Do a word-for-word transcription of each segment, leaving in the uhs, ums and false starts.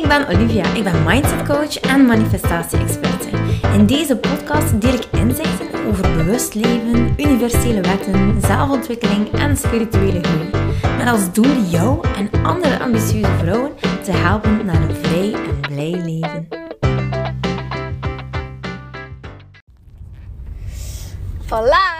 ben Olivia, ik ben mindset coach en manifestatie-experte. In deze podcast deel ik inzichten over bewust leven, universele wetten, zelfontwikkeling en spirituele groei. Met als doel jou en andere ambitieuze vrouwen te helpen naar een vrij en blij leven. Voilà!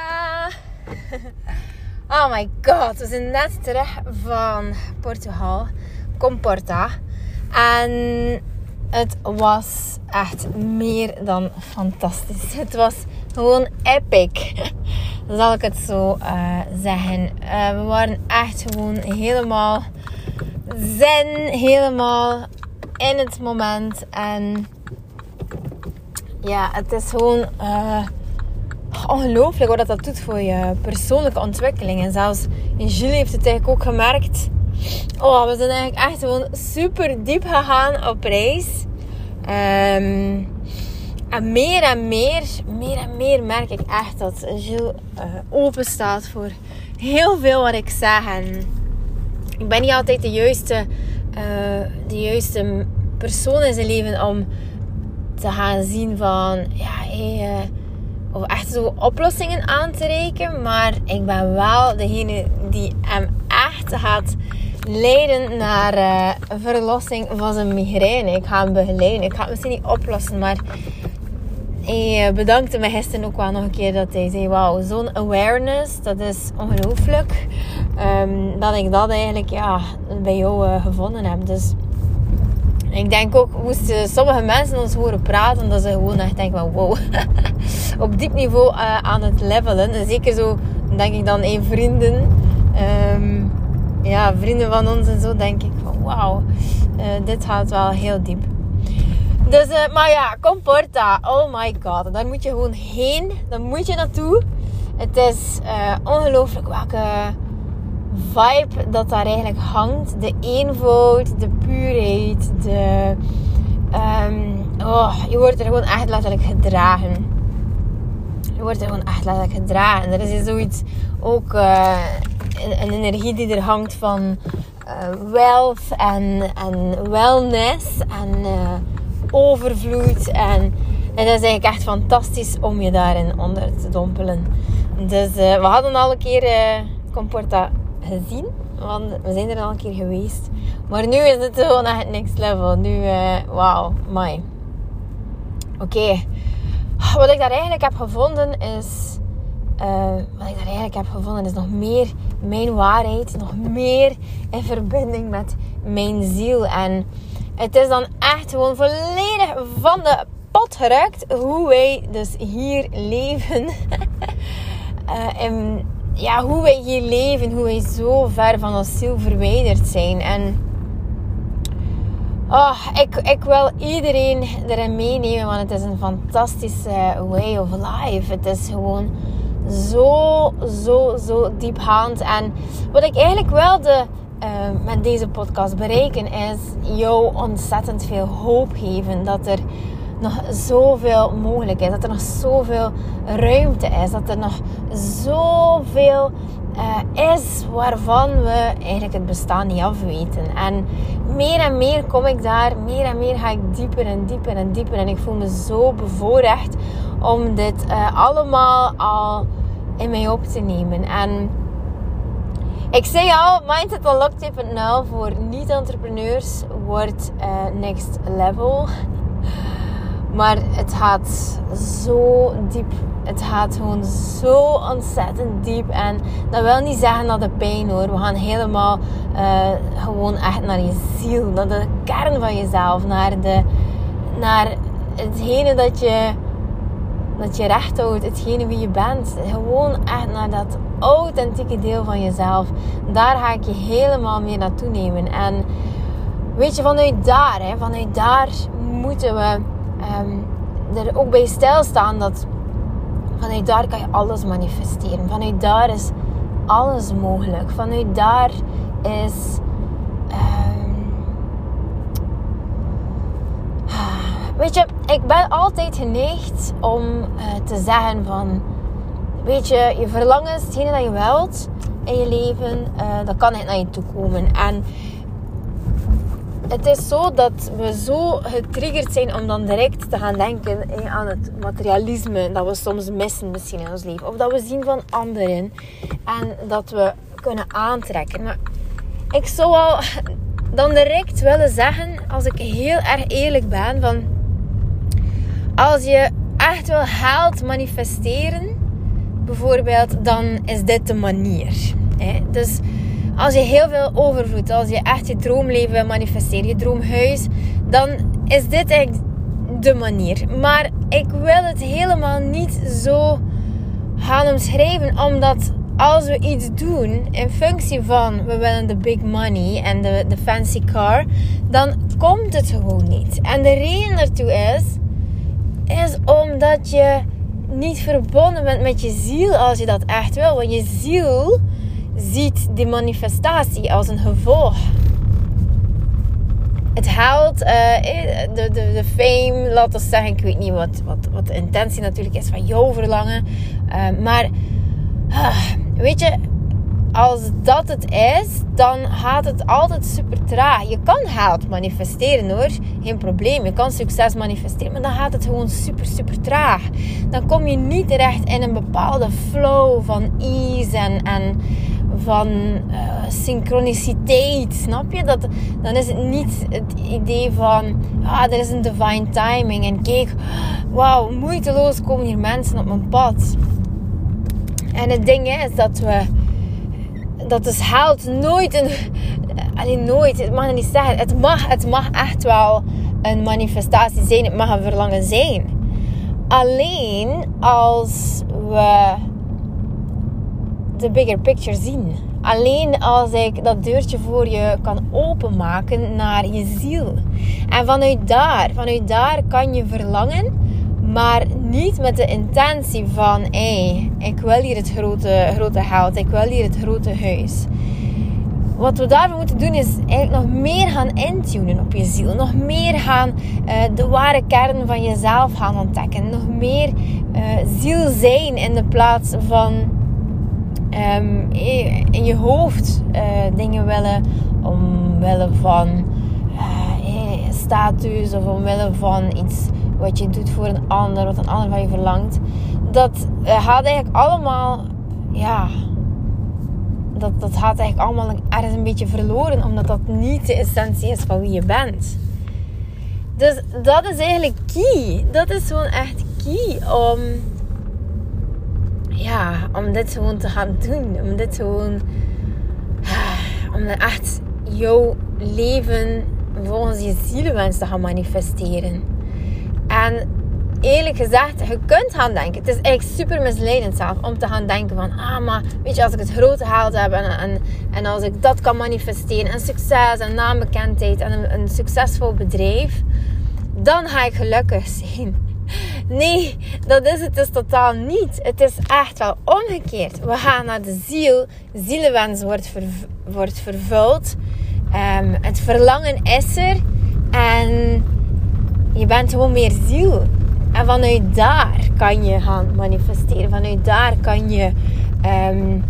Oh my god, we zijn net terug van Portugal, Comporta. En het was echt meer dan fantastisch. Het was gewoon epic, zal ik het zo uh, zeggen. Uh, we waren echt gewoon helemaal zen, helemaal in het moment. En ja, het is gewoon uh, ongelooflijk wat dat doet voor je persoonlijke ontwikkeling. En zelfs Julie heeft het eigenlijk ook gemerkt. Oh, we zijn eigenlijk echt gewoon super diep gegaan op reis. Um, en meer en meer, meer en meer merk ik echt dat Jules uh, open staat voor heel veel wat ik zeg. En ik ben niet altijd de juiste, uh, de juiste persoon in zijn leven om te gaan zien van, ja, hey, uh, of echt zo oplossingen aan te reiken. Maar ik ben wel degene die hem echt gaat leiden naar uh, een verlossing van zijn migraine. Ik ga hem begeleiden. Ik ga het misschien niet oplossen, maar hij bedankte me gisteren ook wel nog een keer dat hij zei, wauw, zo'n awareness, dat is ongelooflijk. Um, dat ik dat eigenlijk ja, bij jou uh, gevonden heb. Dus ik denk ook, moesten sommige mensen ons horen praten, dat ze gewoon echt denken van wow, op diep niveau uh, aan het levelen. En zeker zo, denk ik dan, één vrienden. Um, ja, vrienden van ons en zo, denk ik van wauw, uh, dit gaat wel heel diep. Dus, uh, maar ja, Comporta, oh my god, daar moet je gewoon heen, daar moet je naartoe. Het is uh, ongelooflijk welke vibe dat daar eigenlijk hangt. De eenvoud, de puurheid, de, um, oh, je wordt er gewoon echt letterlijk gedragen. Je wordt er gewoon echt letterlijk gedragen. Er is hier zoiets ook, uh, een, een energie die er hangt van uh, wealth en, en wellness en uh, overvloed. En het is eigenlijk echt fantastisch om je daarin onder te dompelen. Dus uh, we hadden al een keer uh, Comporta gezien, want we zijn er al een keer geweest. Maar nu is het gewoon echt next level. Nu, uh, wauw, my. Oké. Okay. Wat ik daar eigenlijk heb gevonden is... Uh, wat ik daar eigenlijk heb gevonden is nog meer mijn waarheid. Nog meer in verbinding met mijn ziel. En het is dan echt gewoon volledig van de pot gerukt hoe wij dus hier leven. uh, en ja, hoe wij hier leven. Hoe wij zo ver van ons ziel verwijderd zijn. En oh, ik, ik wil iedereen erin meenemen. Want het is een fantastische way of life. Het is gewoon zo, zo, zo diepgaand. En wat ik eigenlijk wilde uh, met deze podcast bereiken is jou ontzettend veel hoop geven. Dat er nog zoveel mogelijk is. Dat er nog zoveel ruimte is. Dat er nog zoveel uh, is waarvan we eigenlijk het bestaan niet afweten. En meer en meer kom ik daar. Meer en meer ga ik dieper en dieper en dieper. En ik voel me zo bevoorrecht om dit uh, allemaal al in mij op te nemen. En ik zei al, Mindset Unlocked twee punt nul voor niet-entrepreneurs wordt uh, next level. Maar het gaat zo diep. Het gaat gewoon zo ontzettend diep. En dat wil niet zeggen naar de pijn hoor. We gaan helemaal uh, gewoon echt naar je ziel. Naar de kern van jezelf. Naar, de, naar hetgene dat je, dat je recht houdt. Hetgene wie je bent. Gewoon echt naar dat authentieke deel van jezelf. Daar ga ik je helemaal mee naartoe nemen. En weet je, vanuit daar, hè, vanuit daar moeten we um, er ook bij stilstaan dat vanuit daar kan je alles manifesteren. Vanuit daar is alles mogelijk. Vanuit daar is um, weet je, ik ben altijd geneigd om uh, te zeggen van, weet je, je verlangens, hetgene dat je wilt in je leven, uh, dat kan niet naar je toe komen. En het is zo dat we zo getriggerd zijn om dan direct te gaan denken aan het materialisme dat we soms missen misschien in ons leven. Of dat we zien van anderen en dat we kunnen aantrekken. Maar ik zou wel dan direct willen zeggen, als ik heel erg eerlijk ben, van als je echt wil geld manifesteren, bijvoorbeeld, dan is dit de manier. Hè? Dus als je heel veel overvloed, als je echt je droomleven wil manifesteren, je droomhuis, dan is dit eigenlijk de manier. Maar ik wil het helemaal niet zo gaan omschrijven, omdat als we iets doen in functie van we willen de big money en de, de fancy car, dan komt het gewoon niet. En de reden daartoe is, is omdat je niet verbonden bent met je ziel als je dat echt wil. Want je ziel ziet die manifestatie als een gevolg. Het geld, uh, de, de, de fame, laten we zeggen, ik weet niet wat, wat, wat de intentie natuurlijk is van jouw verlangen. Uh, maar, uh, weet je, als dat het is, dan gaat het altijd super traag. Je kan geld manifesteren hoor, geen probleem. Je kan succes manifesteren, maar dan gaat het gewoon super, super traag. Dan kom je niet terecht in een bepaalde flow van ease en, en van uh, synchroniciteit. Snap je? Dat, dan is het niet het idee van, ah, er is een divine timing. En kijk, wauw, moeiteloos komen hier mensen op mijn pad. En het ding is dat we... Dat is geld nooit een... Alleen nooit, het mag je niet zeggen. Het mag, het mag echt wel een manifestatie zijn. Het mag een verlangen zijn. Alleen als we de bigger picture zien. Alleen als ik dat deurtje voor je kan openmaken naar je ziel. En vanuit daar, vanuit daar kan je verlangen... Maar niet met de intentie van, hé, hey, ik wil hier het grote, grote geld, ik wil hier het grote huis. Wat we daarvoor moeten doen is eigenlijk nog meer gaan intunen op je ziel. Nog meer gaan uh, de ware kern van jezelf gaan ontdekken. Nog meer uh, ziel zijn in de plaats van um, in je hoofd uh, dingen willen omwille van uh, status of omwille van iets... Wat je doet voor een ander, wat een ander van je verlangt. Dat uh, gaat eigenlijk allemaal... Ja... Dat, dat gaat eigenlijk allemaal ergens een beetje verloren. Omdat dat niet de essentie is van wie je bent. Dus dat is eigenlijk key. Dat is gewoon echt key om... Ja, om dit gewoon te gaan doen. Om dit gewoon... Om echt jouw leven volgens je zielenwens te gaan manifesteren. En eerlijk gezegd, je kunt gaan denken. Het is eigenlijk super misleidend zelf om te gaan denken van... Ah, maar weet je, als ik het grote geld heb en, en, en als ik dat kan manifesteren... En succes en naambekendheid en een, een succesvol bedrijf... Dan ga ik gelukkig zijn. Nee, dat is het dus totaal niet. Het is echt wel omgekeerd. We gaan naar de ziel. Zielenwens wordt, ver, wordt vervuld. Um, het verlangen is er. En... Je bent gewoon meer ziel. En vanuit daar kan je gaan manifesteren. Vanuit daar kan je um,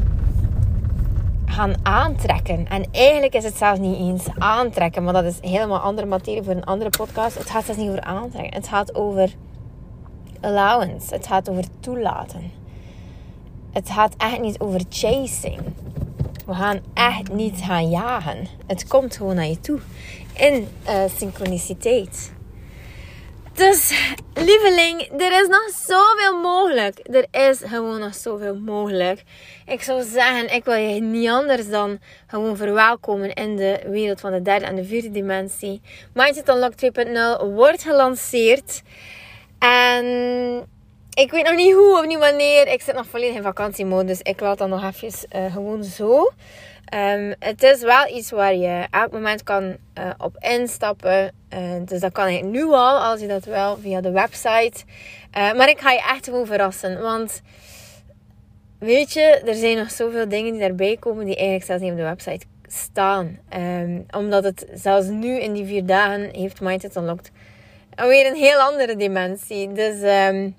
gaan aantrekken. En eigenlijk is het zelfs niet eens aantrekken. Maar dat is helemaal andere materie voor een andere podcast. Het gaat zelfs niet over aantrekken. Het gaat over allowance. Het gaat over toelaten. Het gaat echt niet over chasing. We gaan echt niet gaan jagen. Het komt gewoon naar je toe. In uh, synchroniciteit. Dus, lieveling, er is nog zoveel mogelijk. Er is gewoon nog zoveel mogelijk. Ik zou zeggen, ik wil je niet anders dan gewoon verwelkomen in de wereld van de derde en de vierde dimensie. Mindset Unlocked twee punt nul wordt gelanceerd. En ik weet nog niet hoe of niet wanneer. Ik zit nog volledig in vakantiemodus. Ik laat dat nog even uh, gewoon zo. Um, het is wel iets waar je elk moment kan uh, op instappen. Uh, dus dat kan eigenlijk nu al, als je dat wel via de website. Uh, maar ik ga je echt gewoon verrassen. Want weet je, er zijn nog zoveel dingen die daarbij komen die eigenlijk zelfs niet op de website staan. Um, omdat het zelfs nu in die vier dagen heeft Mindset Unlocked weer een heel andere dimensie. Dus... Um,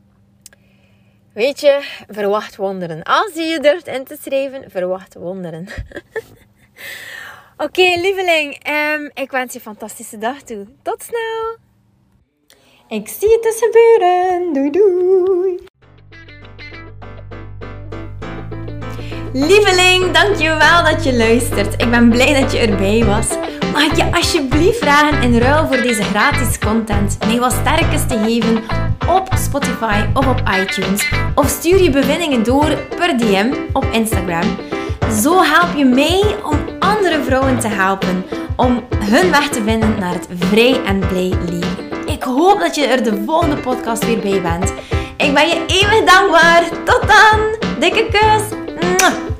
Weet je, verwacht wonderen. Als je je durft in te schrijven, verwacht wonderen. Oké, okay, lieveling. Um, ik wens je een fantastische dag toe. Tot snel. Ik zie het dus gebeuren. Doei doei. Lieveling, dankjewel dat je luistert. Ik ben blij dat je erbij was. Mag ik je alsjeblieft vragen in ruil voor deze gratis content mij wat sterkes te geven op Spotify of op iTunes. Of stuur je bevindingen door per D M op Instagram. Zo help je mij om andere vrouwen te helpen. Om hun weg te vinden naar het vrij en blij leven. Ik hoop dat je er de volgende podcast weer bij bent. Ik ben je eeuwig dankbaar. Tot dan. Dikke kus. Mwah.